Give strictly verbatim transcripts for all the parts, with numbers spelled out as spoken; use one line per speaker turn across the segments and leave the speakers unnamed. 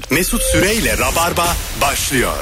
Mesut Süreyle Rabarba başlıyor.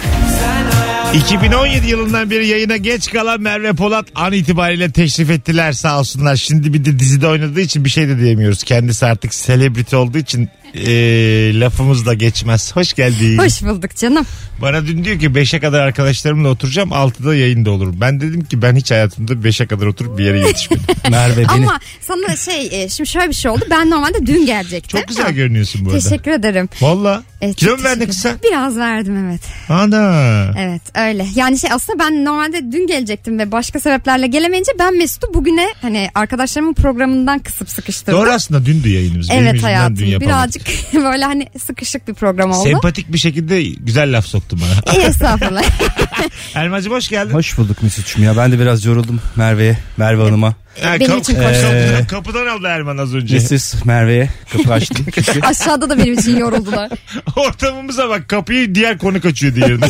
iki bin on yedi yılından beri yayına geç kalan Merve Polat an itibariyle teşrif ettiler, sağ olsunlar. Şimdi bir de dizide oynadığı için bir şey de diyemiyoruz. Kendisi artık selebriti olduğu için e, lafımız da geçmez. Hoş geldin.
Hoş bulduk canım.
Bana dün diyor ki beşe kadar arkadaşlarımla oturacağım, altıda yayında olur. Ben dedim ki ben hiç hayatımda beşe kadar oturup bir yere yetişmedim. Merve beni.
Ama sana şey şimdi şöyle bir şey oldu. Ben normalde dün gelecektim.
Çok güzel görünüyorsun bu arada.
Teşekkür ederim.
Valla.
Evet,
kilo mu verdin kısa?
Biraz verdim, evet.
Ana.
Evet öyle. Yani şey aslında ben normalde dün gelecektim ve başka sebeplerle gelemeyince ben Mesut'u bugüne hani arkadaşlarımın programından kısıp sıkıştırdım.
Doğru, aslında dündü yayınımız.
Evet hayatım. Birazcık böyle hani sıkışık bir program oldu.
Sempatik bir şekilde güzel laf soktu bana.
İyi, estağfurullah.
Erman'cığım hoş geldin.
Hoş bulduk Mesut'cum ya. Ben de biraz yoruldum Merve'ye, Merve Hanım'a.
Ha,
benim
kap-
için
kapıdan,
ee,
kapıdan aldı Erman az önce.
Missus Merve'ye kapı açtım.
Aşağıda da benim için yoruldular.
Ortamımıza bak, kapıyı diğer konuk açıyor diğerine.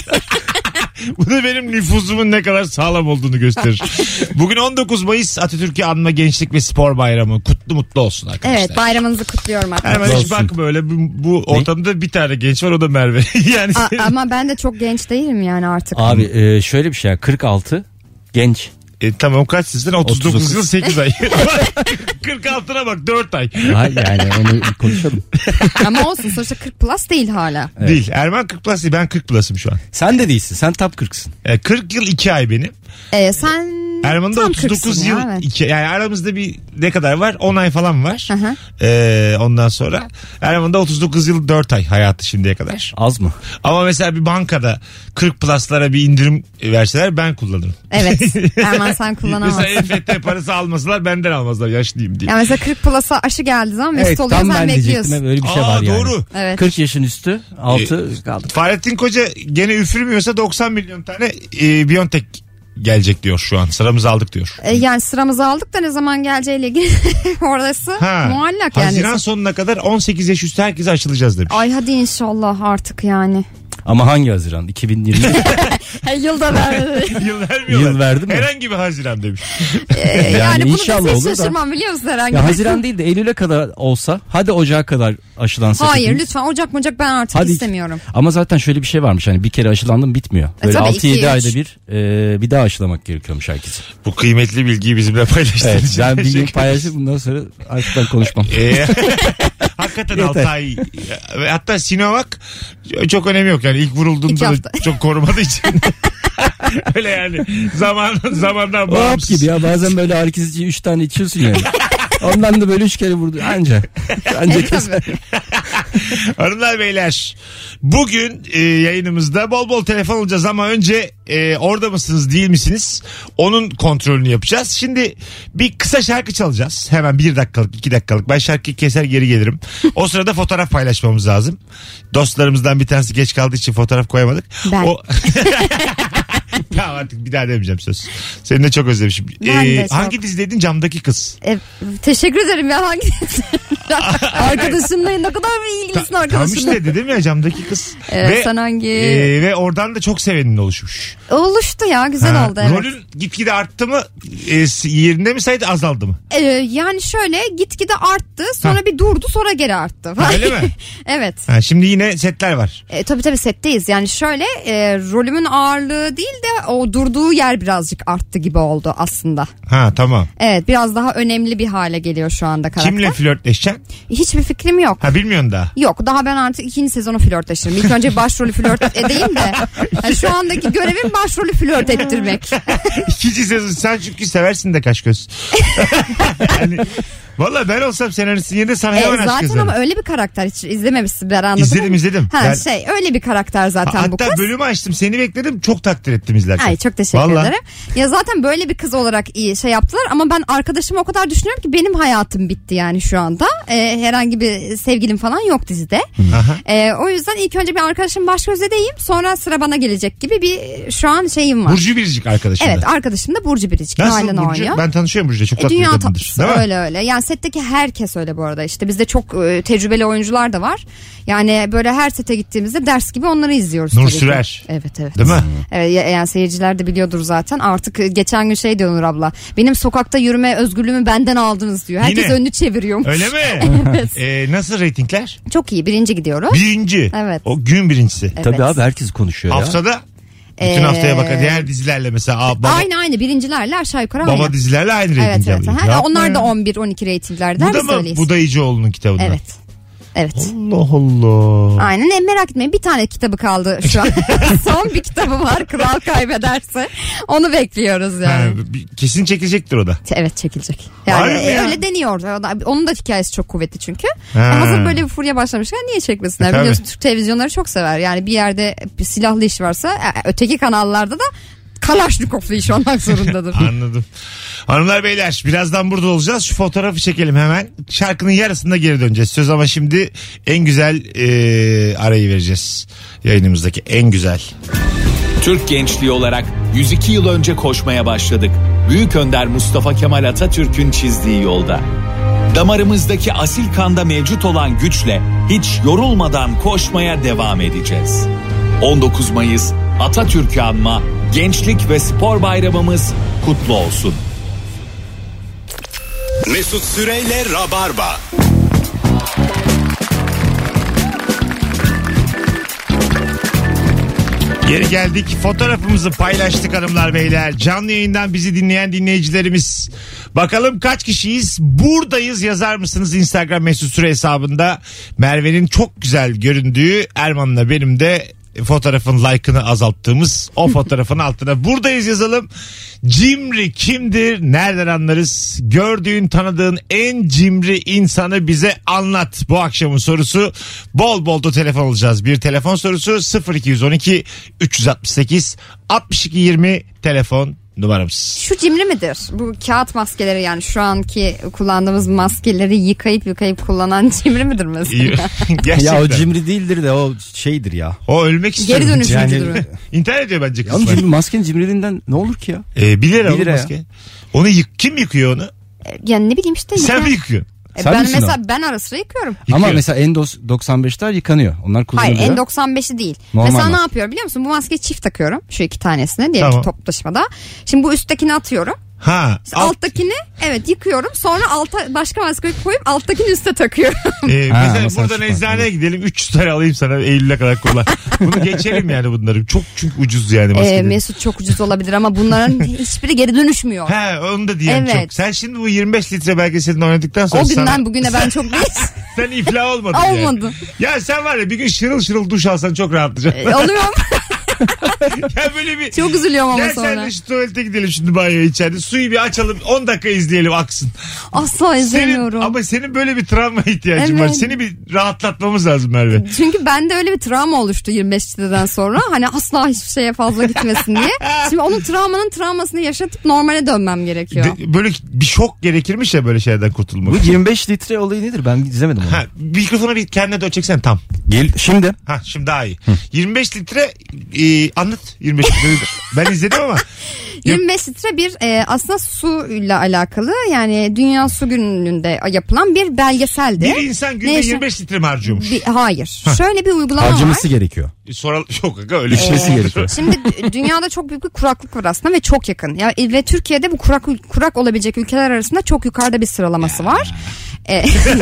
Bu da benim nüfusumun ne kadar sağlam olduğunu gösterir. Bugün on dokuz Mayıs Atatürk'ü Anma Gençlik ve Spor Bayramı. Kutlu mutlu olsun arkadaşlar.
Evet, bayramınızı kutluyorum arkadaşlar.
Hemen hiç bak böyle bu, bu ortamda bir tane genç var, o da Merve. Yani
A- ama ben de çok genç değilim yani artık.
Abi e, şöyle bir şey, kırk altı genç.
E, tamam, kaç sizden? otuz dokuz,
otuz dokuz
yıl sekiz ay. kırk altına bak, dört ay.
Hayır yani onu konuşalım.
Ama olsun, sonuçta kırk plus değil hala.
Evet.
Değil. Erman kırk plus değil, ben kırk plus'ım şu an.
Sen de değilsin, sen top kırksın.
E, kırk yıl iki ay benim.
Ee, sen
Erman'da
tam
otuz dokuz
kırksın
yıl
ya, evet.
iki, yani aramızda bir ne kadar var? on ay falan var.
Hı hı.
Ee, ondan sonra Erman'da otuz dokuz yıl dört ay hayatı şimdiye kadar.
Az mı?
Ama mesela bir bankada kırk plus'lara bir indirim verseler ben kullanırım.
Evet. Erman sen kullanamazsın.
Mesela E F T parası almasalar benden almazlar, yaşlıyım diye.
Ya mesela kırk plus'a aşı geldi zaman Mesut
Evet,
oluyor,
tam
sen
ben diyecektim.
bekliyorsun.
Böyle bir şey
Aa,
var yani.
doğru.
Evet.
kırk yaşın üstü altı
Ee,
kaldı.
Fahrettin Koca gene üfürmüyorsa doksan milyon tane e, Biontech gelecek diyor şu an. Sıramızı aldık diyor.
Ee, yani sıramızı aldık da ne zaman geleceğiyle ilgili orası
Ha,
muallak yani.
Haziran sonuna kadar on sekiz yaş üstü herkese açılacağız demiş.
Ay hadi inşallah artık yani.
Ama hangi Haziran? iki bin yirmi
Yılda verdi.
Yıl vermiyorlar.
Yıl verdi mi?
Herhangi bir Haziran demiş.
Ee, yani,
Yani
bunu
inşallah
da hiç
olur da.
şaşırmam, biliyor musun herhangi
Ya
bir-
Haziran değil de Eylül'e kadar olsa, hadi Ocağa kadar aşılansak.
Hayır
hepimiz.
lütfen, Ocak mocak ben artık
Hadi.
istemiyorum.
Ama zaten şöyle bir şey varmış, hani bir kere aşılandım bitmiyor.
E
Böyle
tabii,
altı
iki,
yedi
üç.
ayda bir e, bir daha aşılamak gerekiyormuş herkese.
Bu kıymetli bilgiyi bizimle paylaştığın
Evet,
için
ben bir gün
teşekkür-
paylaşıp bundan sonra artık ben konuşmam.
Ee, hakikaten
Yeter.
altı ay. Ve hatta Sinovac çok önemi yok yani, ilk
İki
vurulduğunda da
hafta.
çok korumadığı için. Öyle yani zaman zamandan
O hap
bağımsız.
gibi ya, bazen böyle ağrı kesici üç tane içiyorsun yani. Ondan da böyle üç kere vurdu anca. Anca keser.
Hanımlar beyler, bugün e, yayınımızda bol bol telefon alacağız ama önce e, orada mısınız değil misiniz onun kontrolünü yapacağız. Şimdi bir kısa şarkı çalacağız, hemen bir dakikalık iki dakikalık, ben şarkıyı keser geri gelirim. O sırada fotoğraf paylaşmamız lazım. Dostlarımızdan bir tanesi geç kaldığı için fotoğraf koyamadık.
Ben.
O... Tamam, artık bir daha demeyeceğim söz. Seni de çok özlemişim.
Ben de çok.
Hangi dizideydin? Camdaki Kız.
E, teşekkür ederim ya, hangi arkadaşınla ne kadar bir ilgilisin
Tamam
arkadaşınla.
işte dedim ya, Camdaki Kız.
Evet, sen hangi?
e, ve oradan da çok sevenin oluşmuş.
Oluştu ya, güzel
Ha,
oldu evet.
Rolün gitgide arttı mı? E, yerinde mi saydı, azaldı mı?
Ee, yani şöyle gitgide arttı, sonra
Ha.
bir durdu, sonra geri arttı.
Ha, öyle mi?
Evet.
Ha, şimdi yine setler var.
E, tabii tabii setteyiz. Yani şöyle e, rolümün ağırlığı değil de o durduğu yer birazcık arttı gibi oldu aslında.
Ha, tamam.
Evet, biraz daha önemli bir hale geliyor şu anda karakter.
Kimle flörtleşeceksin?
Hiçbir fikrim yok.
Ha, bilmiyorsun daha.
Yok, daha ben artık ikinci sezonu flörtleşirim. İlk önce başrolü flört edeyim de. Yani şu andaki görevim başrolü flört ettirmek.
İkinci sezon sen çünkü seversin de kaş göz. Yani, valla ben olsam senaristin yerine sana
E,
hemen aşk
zaten
yazarım.
ama öyle bir karakter, hiç izlememişsin, ben anladım.
İzledim
ama-
izledim.
Ha,
Ben-
şey öyle bir karakter zaten bu
Hatta
kız.
bölümü açtım, seni bekledim, çok takdir ettim izlerken.
Ay çok teşekkür
Vallahi.
ederim. Ya zaten böyle bir kız olarak iyi şey yaptılar ama ben arkadaşıma o kadar düşünüyorum ki benim hayatım bitti yani şu anda. Ee, herhangi bir sevgilim falan yok dizide.
Aha.
Ee, o yüzden ilk önce bir arkadaşım baş göz edeyim, sonra sıra bana gelecek gibi bir şu an şeyim var.
Burcu Biricik arkadaşım
Evet,
da.
arkadaşım da Burcu Biricik.
Nasıl
Halen
Burcu?
oynuyor.
Ben tanışıyorum Burcu'yla, çok
E,
tatlı bir
dünya
kadındır.
tatlısı
Değil mi?
öyle öyle. Yani setteki herkes öyle bu arada. İşte bizde çok e, tecrübeli oyuncular da var. Yani böyle her sete gittiğimizde ders gibi onları izliyoruz.
Nur
tabii ki.
Sürer.
Evet evet.
Değil mi?
Evet, yani seyirciler de biliyordur zaten. Artık geçen gün şey diyor Nur abla. Benim sokakta yürüme özgürlüğümü benden aldınız diyor. Herkes
Yine.
önünü çeviriyormuş.
Öyle mi?
Evet.
Ee, nasıl reytingler?
Çok iyi, birinci gidiyoruz.
Birinci.
Evet.
O gün birincisi.
Evet.
Tabii abi herkes konuşuyor ya.
Haftada bütün
Ee,
haftaya bakar. Diğer dizilerle mesela aa, baba,
Aynı aynı birincilerle aşağı yukarı
baba
aynı.
dizilerle aynı reyting
Evet evet.
alıyor.
Ha,
Yapma
onlar da
ya.
on bir on iki reytinglerden
Bu da
biz
mı
öyleyiz.
Budayıcıoğlu'nun kitabında?
Evet. Evet.
Allah Allah.
Aynen, e, merak etmeyin, bir tane kitabı kaldı şu an. Son bir kitabı var, Kral Kaybederse. Onu bekliyoruz yani.
Ha, bir- kesin çekilecektir o da.
Evet, çekilecek.
Var
Yani
mı
e,
ya?
öyle deniyor. O da- Onun da hikayesi çok kuvvetli çünkü.
Ha.
E, hazır böyle bir furya başlamışken niye çekmesinler?
E, tabii.
Biliyorsun Türk televizyonları çok sever. Yani bir yerde bir silahlı iş varsa e, öteki kanallarda da Kalaşnikovlu iş olmak zorundadır.
Anladım. Hanımlar beyler birazdan burada olacağız. Şu fotoğrafı çekelim hemen. Şarkının yarısında geri döneceğiz. Söz ama şimdi en güzel e, arayı vereceğiz. Yayınımızdaki en güzel.
Türk gençliği olarak yüz iki yıl önce koşmaya başladık. Büyük önder Mustafa Kemal Atatürk'ün çizdiği yolda. Damarımızdaki asil kanda mevcut olan güçle hiç yorulmadan koşmaya devam edeceğiz. on dokuz Mayıs Atatürk'ü anma Gençlik ve Spor Bayramımız kutlu olsun.
Mesut Süreyle Rabarba.
Geri geldik. Fotoğrafımızı paylaştık hanımlar beyler. Canlı yayından bizi dinleyen dinleyicilerimiz. Bakalım kaç kişiyiz? Buradayız yazar mısınız Instagram Mesut Süre hesabında? Merve'nin çok güzel göründüğü, Erman'la benim de fotoğrafın like'ını azalttığımız o fotoğrafın altına buradayız yazalım. Cimri kimdir? Nereden anlarız? Gördüğün, tanıdığın en cimri insanı bize anlat. Bu akşamın sorusu. Bol bol da telefon alacağız. Bir telefon sorusu sıfır iki on iki üç altı sekiz altmış iki yirmi telefon numaramız.
Şu cimri midir? Bu kağıt maskeleri, yani şu anki kullandığımız maskeleri yıkayıp yıkayıp kullanan cimri midir mesela?
Gerçekten.
Ya o cimri değildir de o şeydir ya.
O ölmek istiyor.
Geri dönüşümcüdür
Yani-
o.
İntihar ediyor bence
Yalnız
kısmen.
cimri, maskenin cimriliğinden ne olur ki ya?
Ee, bir lira
Bir
oğlum
lira ya.
maske. Onu yık, kim yıkıyor onu?
Yani ne bileyim işte.
Sen
yıka-
mi yıkıyorsun?
E,
Sen
ben
misin
mesela ben ara sıra yıkıyorum.
Yıkıyor.
Ama mesela N doksan beşler yıkanıyor. Onlar kullanılıyor.
Hayır, N doksan beşi değil.
Normal
mesela ne
maske.
yapıyorum biliyor musun? Bu maskeyi çift takıyorum. Şu iki tanesini diyelim
Tamam.
ki toplu taşımada. Şimdi bu üsttekini atıyorum.
Ha. alt-
Alttakini evet yıkıyorum. Sonra alta başka maskeyi koyup alttakini üste takıyorum.
Ee,
Ha,
mesela
ama sen
buradan
çıkma.
eczaneye gidelim. üç yüz tane alayım sana Eylül'e kadar kullan. Bunu geçelim yani bunları. Çok çünkü ucuz yani
Ee,
maskeler.
Mesut çok ucuz olabilir ama bunların hiçbiri geri dönüşmüyor.
He onu da diyelim
Evet.
çok. Sen şimdi bu yirmi beş litre belgeselini oynadıktan sonra
O günden
sana,
bugüne ben çok değil.
sen iflah olmadın yani.
Olmadı.
Ya sen var ya bir gün şırıl şırıl duş alsan çok rahatlayacaksın.
Ee, Oluyor mu?
Ya böyle bir...
Çok üzülüyorum ama
Gel
sonra.
sen de şu tuvalete gidelim şimdi banyoya içeride. Suyu bir açalım on dakika izleyelim aksın.
Asla
Senin,
izlemiyorum.
ama senin böyle bir travma ihtiyacın
Evet.
var. Seni bir rahatlatmamız lazım Merve.
Çünkü bende öyle bir travma oluştu yirmi beş litreden sonra. Hani asla hiçbir şeye fazla gitmesin diye. Şimdi onun travmanın travmasını yaşatıp normale dönmem gerekiyor.
De- böyle bir şok gerekirmiş ya böyle şeylerden kurtulmak.
Bu yirmi beş litre olayı nedir? Ben izlemedim onu.
Ha, mikrofonu bir kendine dön çeksen tam.
Gel şimdi.
Ha şimdi daha iyi. yirmi beş litre e, anlat yirmi beş litre. Ben izledim ama.
yirmi beş litre bir e, aslında suyla alakalı, yani Dünya Su Günü'nde yapılan bir belgeseldi.
Bir insan günde
Neyse.
yirmi beş litre mi harcıyormuş?
Bir- hayır. Şöyle bir uygulama
Harcaması
var.
gerekiyor.
Soral yok aga öyle bir şey.
İçmesi gerekiyor.
Şimdi dü- dünyada çok büyük bir kuraklık var aslında ve çok yakın. Ya ve Türkiye'de bu kurak kurak olabilecek ülkeler arasında çok yukarıda bir sıralaması var. E,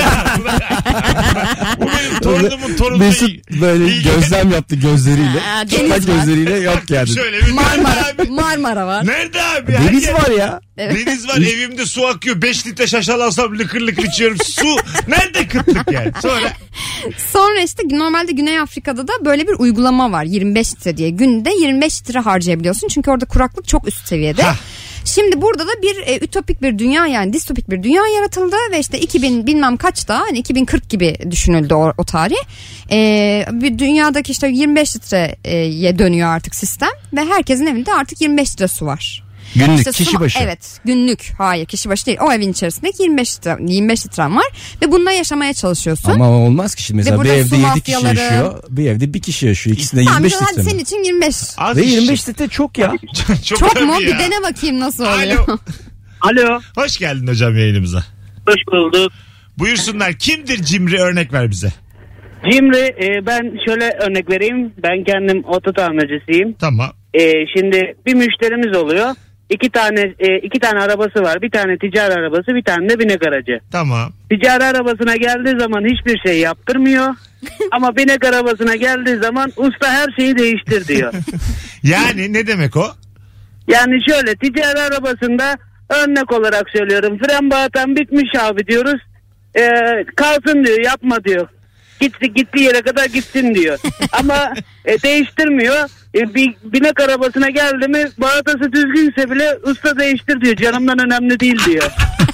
Bu benim torunumun torunu.
Mesut böyle gözlem yaptı gözleriyle.
Aa,
Çıplak
deniz var.
gözleriyle yok yani.
Şöyle bir
Marmara,
abi.
Marmara var.
Nerede abi? Her
Deniz
yer-
var ya.
Deniz var, evimde su akıyor. beş litre şaşal alsam lıkır lıkır içiyorum. Su nerede kıtlık yani? Sonra
Sonra işte normalde Güney Afrika'da da böyle bir uygulama var. yirmi beş litre diye. Günde yirmi beş litre harcayabiliyorsun. Çünkü orada kuraklık çok üst seviyede.
Hah.
Şimdi burada da bir e, ütopik bir dünya, yani distopik bir dünya yaratıldı ve işte iki bin bilmem kaçta, hani iki bin kırk gibi düşünüldü o, o tarih. E, bir dünyadaki işte yirmi beş litreye dönüyor artık sistem ve herkesin evinde artık yirmi beş litre su var.
Günlük
İşte
kişi
su-
başı.
Evet, günlük. Hayır, kişi başı değil. O evin içerisindeki yirmi beş litre, yirmi beş litren var ve bununla yaşamaya çalışıyorsun.
Ama olmaz ki şimdi mesela
Ve
bir
burada
evde
su
yedi kişi
mafyaları-
yaşıyor. Bir evde bir kişi yaşıyor. İkisinde
Tamam,
yirmi beş
hadi
litre
senin
mi?
için yirmi beş.
az
Ve
iş.
yirmi beş litre çok ya.
çok,
Çok
tabii
mu?
ya.
Bir dene bakayım nasıl oluyor.
Alo.
Alo.
Hoş geldin hocam yayınımıza.
Hoş bulduk.
Buyursunlar. Kimdir cimri, örnek ver bize.
Cimri e, ben şöyle örnek vereyim. Ben kendim oto tamircisiyim.
Tamam.
E, şimdi bir müşterimiz oluyor. İki tane e, iki tane arabası var. Bir tane ticari arabası, bir tane de binek aracı.
Tamam.
Ticari arabasına geldiği zaman hiçbir şey yaptırmıyor. Ama binek arabasına geldiği zaman usta her şeyi değiştir diyor.
Yani ne demek o?
Yani şöyle, ticari arabasında örnek olarak söylüyorum. Fren bağıtan bitmiş abi diyoruz. E, kalsın diyor, yapma diyor. Gitti gittiği yere kadar gitsin diyor. Ama e, değiştirmiyor. E, bir binek arabasına geldi mi bağıtası düzgünse bile usta değiştir diyor. Canımdan önemli değil diyor.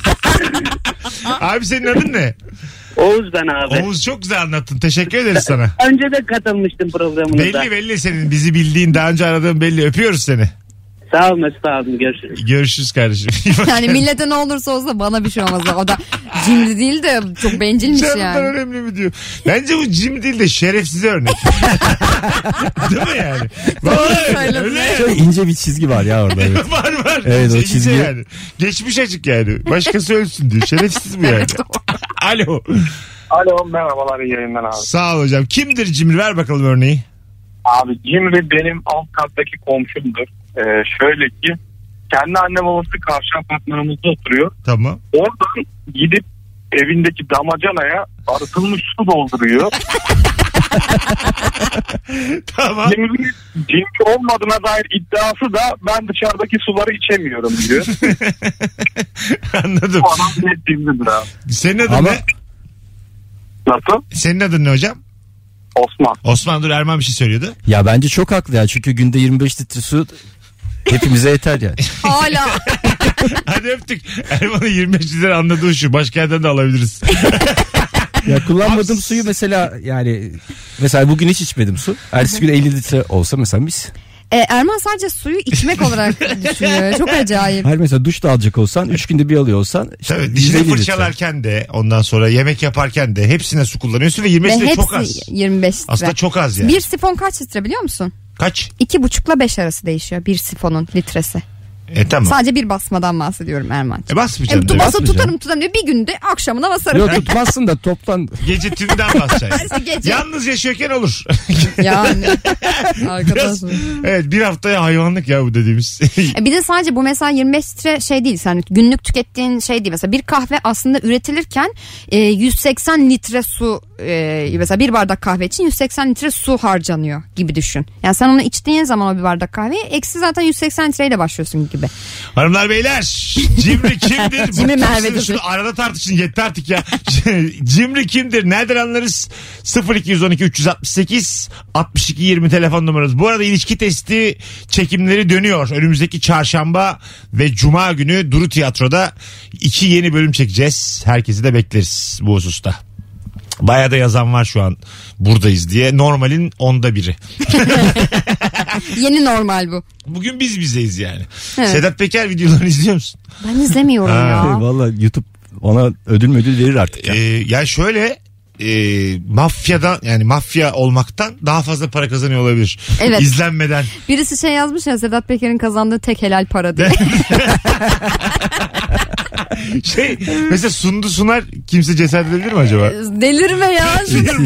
Abi senin adın ne?
Oğuz ben abi.
Oğuz, çok güzel anlattın. Teşekkür ederiz sana.
Önce de katılmıştım programınıza.
Belli belli senin. Bizi bildiğin, daha önce aradığın belli. Öpüyoruz seni.
Sağ ol Mesut abim, görüşürüz.
Görüşürüz kardeşim.
Yani millete ne olursa olsa bana bir şey olmaz. O da cimri değil de çok bencilmiş
Canımdan
yani.
önemli mi diyor. Bence bu cimri değil de şerefsize örnek. Değil mi yani? Vallahi öyle, öyle yani.
Şöyle ince bir çizgi var ya orada. Evet.
Var var.
Evet, o
İnce
çizgi.
Yani. Geçmiş açık yani. Başkası ölsün diyor. Şerefsiz bu yani. Alo.
Alo, merhabalar, iyi yayınlar abi.
Sağ ol hocam. Kimdir cimri? Ver bakalım örneği.
Abi cimri benim alt kattaki komşumdur. Ee, şöyle ki kendi anne babası karşı apartmanımızda oturuyor.
Tamam.
Oradan gidip evindeki damacanaya arıtılmış su dolduruyor.
Tamam.
Cimri, cimri olmadığına dair iddiası da ben dışarıdaki suları içemiyorum diyor.
Anladım.
Bu adam net cimridir abi.
Senin adın
Ama-
ne?
Nasıl?
Senin adın ne hocam?
Osman.
Osman, dur, Erman bir şey söylüyordu.
Ya bence çok haklı ya. Çünkü günde yirmi beş litre su hepimize yeter yani.
Hala.
Hadi öptük. Erman'ın yirmi beş litre anladığı şu. Başka yerden de alabiliriz.
Ya kullanmadığım
Abi-
suyu mesela yani mesela bugün hiç içmedim su. Ertesi gün elli litre olsa mesela mis.
E, Erman sadece suyu içmek olarak düşünüyor. Çok acayip.
Hayır mesela duş da alacak olsan üç günde bir alıyor olsan. Işte
Tabii
yüz
dişini
elli litre.
fırçalarken de, ondan sonra yemek yaparken de hepsine su kullanıyorsun ve yirmi beş
Ve
litre çok az.
hepsi yirmi beş litre.
Aslında çok az yani.
Bir sifon kaç litre biliyor musun?
Kaç?
İki buçukla beş arası değişiyor bir sifonun litresi.
E tamam.
Sadece bir basmadan bahsediyorum Erman'cığım.
E basmayacağım.
E,
tabii.
masa
basmayacağım.
tutarım tutarım diyor. Bir günde akşamına basarım.
Yok tutmazsın da toptan.
Gece tümden basacaksın.
İşte gece.
Yalnız yaşıyorken olur.
Yani.
Biraz,
Arkadaşım.
evet, bir haftaya hayvanlık ya bu dediğimiz.
E bir de sadece bu mesela yirmi beş litre şey değil. Yani günlük tükettiğin şey değil. Mesela bir kahve aslında üretilirken e, yüz seksen litre su e, mesela bir bardak kahve için yüz seksen litre su harcanıyor gibi düşün. Yani sen onu içtiğin zaman o bir bardak kahveyi eksi zaten yüz seksen litreyle başlıyorsun gibi.
Hanımlar beyler, cimri kimdir?
Cimri
Bıktım
Merve'dir.
sizin şunu arada tartışın, yeter artık ya. Cimri kimdir? Nereden anlarız? sıfır iki on iki üç altı sekiz altmış iki yirmi telefon numaranız. Bu arada ilişki testi çekimleri dönüyor. Önümüzdeki çarşamba ve cuma günü Duru Tiyatro'da iki yeni bölüm çekeceğiz. Herkesi de bekleriz bu hususta. Bayağı da yazan var şu an buradayız diye. Normalin onda biri.
Yeni normal bu.
Bugün biz bizeyiz yani.
Evet.
Sedat Peker videolarını izliyor musun?
Ben izlemiyorum ya.
Vallahi YouTube ona ödül müdül verir artık ya.
Ee, ya şöyle e, mafyadan, yani mafya olmaktan daha fazla para kazanıyor olabilir.
Evet.
İzlenmeden.
Birisi şey yazmış ya, Sedat Peker'in kazandığı tek helal para diye.
Şey mesela Sundu Sunar kimse cesaret edebilir mi acaba?
Delirme ya.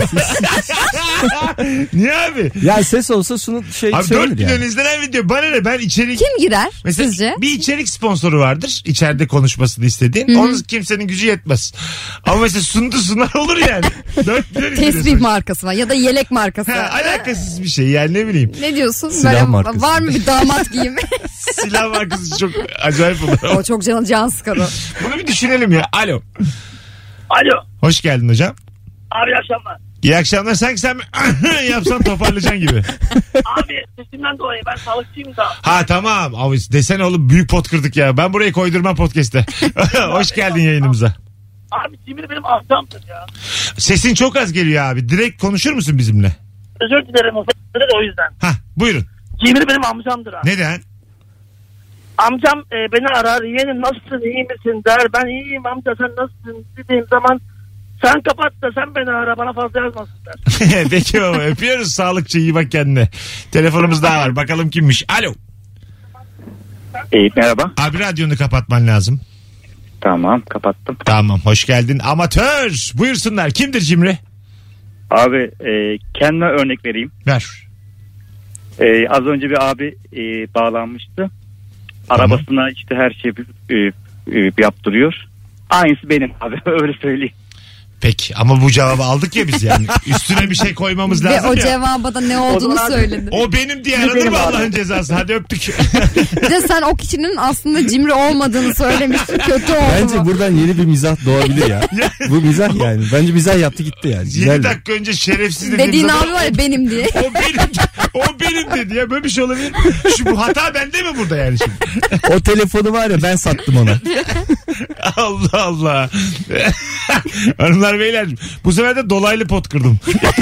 Niye abi?
Ya ses olsa şunu şey
Abi dört
söylenir
milyon
yani.
izlenen video, bana ne, ben içerik...
Kim girer
Mesela
sizce?
bir içerik sponsoru vardır içeride konuşmasını istediğin. Onun kimsenin gücü yetmez. Ama mesela Sundu Sunar olur yani. dört milyon
Tesbih
izleniyor.
markası var ya da yelek markası.
Ha, alakasız bir şey yani, ne bileyim.
Ne diyorsun?
Silah
Böyle
markası.
var mı bir damat giyimi?
Silah markası çok acayip olur.
O çok can, can sıkar o.
Bunu bir düşünelim ya. Alo.
Alo.
Hoş geldin hocam.
Abi iyi akşamlar.
İyi akşamlar. Sanki sen yapsan toparlayacaksın gibi.
Abi sesimden dolayı ben sağlıkçıyım da.
Ha tamam. Abi desene oğlum, büyük pot kırdık ya. Ben burayı koydurmam podcast'te. Hoş geldin yayınımıza.
Abi cimri benim amcamdır ya.
Sesin çok az geliyor abi. Direkt konuşur musun bizimle?
Özür dilerim o o yüzden.
Ha buyurun.
Cimri benim amcamdır abi.
Neden?
Amcam e, beni arar, yeğenim nasılsın, iyi misin der. Ben iyiyim amca, sen nasılsın dediğim zaman sen kapat da sen beni ara, bana fazla yazmasın der.
Peki baba, öpüyoruz, sağlıkçı, iyi bak kendine. Telefonumuz daha var, bakalım kimmiş. Alo.
İyi, merhaba.
Abi radyonu kapatman lazım.
Tamam, kapattım.
Tamam, hoş geldin. Amatör. Buyursunlar. Kimdir cimri?
Abi e, kendime örnek vereyim.
Ver.
E, az önce bir abi e, bağlanmıştı. Arabasına işte her şeyi e, e, yaptırıyor. Aynısı benim abi, öyle söyleyeyim.
Peki ama bu cevabı aldık ya biz yani. Üstüne bir şey koymamız
Ve
lazım
o
ya.
cevaba da ne olduğunu
O zaman-
söyledin.
O benim diye aradı mı Allah'ın cezası? Hadi öptük.
Bir de sen o kişinin aslında cimri olmadığını söylemiştin. Kötü oldu
Bence
mu?
buradan yeni bir mizah doğabilir ya. Bu mizah yani. Bence mizah yaptı gitti yani.
yedi
Güzel.
dakika önce şerefsiz dediğim
Dediğin
zaman
abi var ya benim diye.
o benim, o benim dedi ya. Böyle bir şey olabilir mi? Şu bu hata bende mi burada yani şimdi?
O telefonu var ya, ben sattım ona.
Allah Allah. Hanımlar beyler, bu sefer de dolaylı pot kırdım.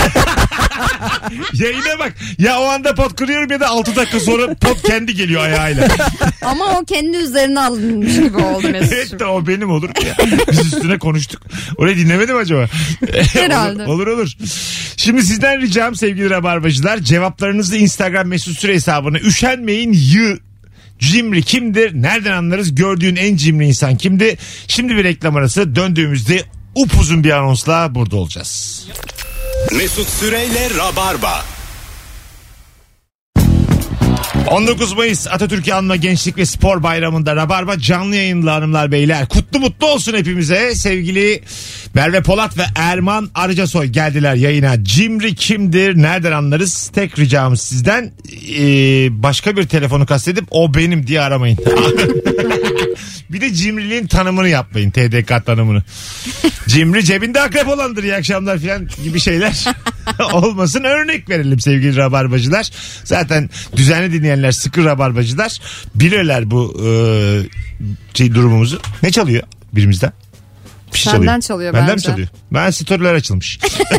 Yayına bak. Ya o anda pot kırıyorum ya da altı dakika sonra pot kendi geliyor ayağıyla.
Ama o kendi üzerine alınmış gibi oldu Mesut'cum.
Evet de o benim olur mu ya? Biz üstüne konuştuk. Orayı dinlemedim acaba?
Herhalde.
olur, olur olur. Şimdi sizden ricam sevgili Rabarbacılar, cevaplarınızı Instagram Mesut Süre hesabına üşenmeyin yı. Cimri kimdir? Nereden anlarız? Gördüğün en cimri insan kimdi? Şimdi bir reklam arası, döndüğümüzde upuzun bir anonsla burada olacağız.
Mesut Süreyle Rabarba.
on dokuz Mayıs Atatürk'ü Anma Gençlik ve Spor Bayramı'nda Rabarba canlı yayınlı hanımlar beyler. Kutlu mutlu olsun hepimize. Sevgili Merve Polat ve Erman Arıcasoy geldiler yayına. Cimri kimdir? Nereden anlarız? Tek ricamız sizden ee, başka bir telefonu kastedip o benim diye aramayın. Bir de cimriliğin tanımını yapmayın. T D K tanımını. Cimri cebinde akrep olandır, iyi akşamlar falan gibi şeyler olmasın. Örnek verelim sevgili Rabarbacılar. Zaten düzenli dinleyenler, sıkı Rabarbacılar bilirler bu e, şey, durumumuzu. Ne çalıyor birimizden? Bir şey
Senden çalıyor
Benden
bence.
mi çalıyor? Ben storyler açılmış.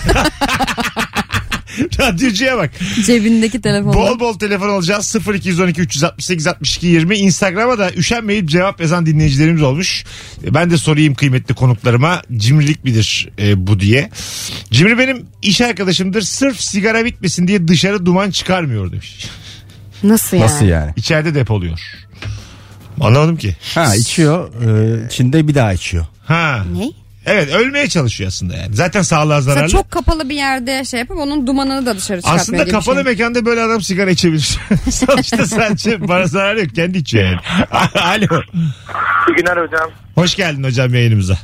Radyocuya bak.
Cebindeki telefonu.
Bol bol telefon alacağız. sıfır iki on iki üç altı sekiz altmış iki yirmi. Instagram'a da üşenmeyip cevap yazan dinleyicilerimiz olmuş. Ben de sorayım kıymetli konuklarıma, cimrilik midir e, bu diye. Cimri benim iş arkadaşımdır. Sırf sigara bitmesin diye dışarı duman çıkarmıyor demiş.
Nasıl yani?
Nasıl yani?
İçeride depoluyor. Anlamadım ki.
Ha, içiyor. E, içinde bir daha içiyor.
Ha.
Ne?
Evet, ölmeye çalışıyor aslında yani. Zaten sağlığa
Mesela
zararlı.
çok kapalı bir yerde şey yapıp onun dumanını da dışarı çıkartmıyor
Aslında
gibi
kapalı
bir şey.
mekanda böyle adam sigara içebilir. Sonuçta sadece bana zarar yok. Kendi içiyor yani. Alo.
İyi günler hocam.
Hoş geldin hocam yayınımıza.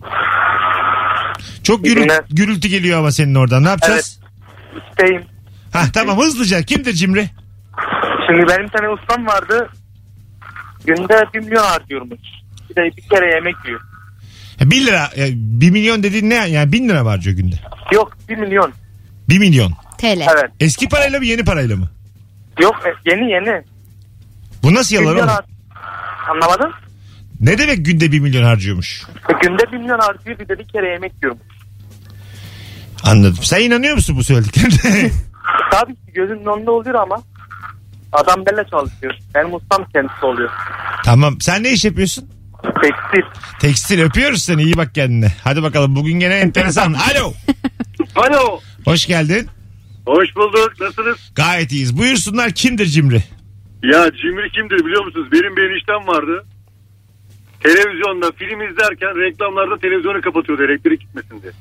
Çok
İyi
gürül-
günler.
gürültü geliyor ama senin oradan. Ne yapacağız?
İsteyim.
Hah, tamam, hızlıca. Kimdir cimri?
Şimdi benim bir tane ustam vardı. Günde bir milyon harcıyormuş. Bir de bir kere yemek yiyor.
Bir lira. e, Bir milyon dediğin ne? Yani bin lira mı harcıyor günde?
Yok bir milyon.
Bir milyon.
T L.
Evet.
Eski parayla mı yeni parayla mı?
Yok yeni yeni.
Bu nasıl
Bir
yalan
milyon
oğlum?
har- Anlamadın?
Ne demek günde bir milyon harcıyormuş?
E, günde bir milyon harcıyor bir de bir kere yemek yiyormuş.
Anladım. Sen inanıyor musun bu söylediklerine?
Tabii ki gözümün önünde oluyor ama adam benimle çalışıyor. Benim ustam kendisi oluyor.
Tamam. Sen ne iş yapıyorsun?
Tekstil.
Tekstil. Öpüyoruz seni. İyi bak kendine. Hadi bakalım. Bugün gene enteresan. Alo.
Alo.
Hoş geldin.
Hoş bulduk. Nasılsınız?
Gayet iyiyiz. Buyursunlar, kimdir cimri?
Ya cimri kimdir biliyor musunuz? Benim bir eniştem vardı. Televizyonda film izlerken reklamlarda televizyonu kapatıyordu elektrik gitmesin diye.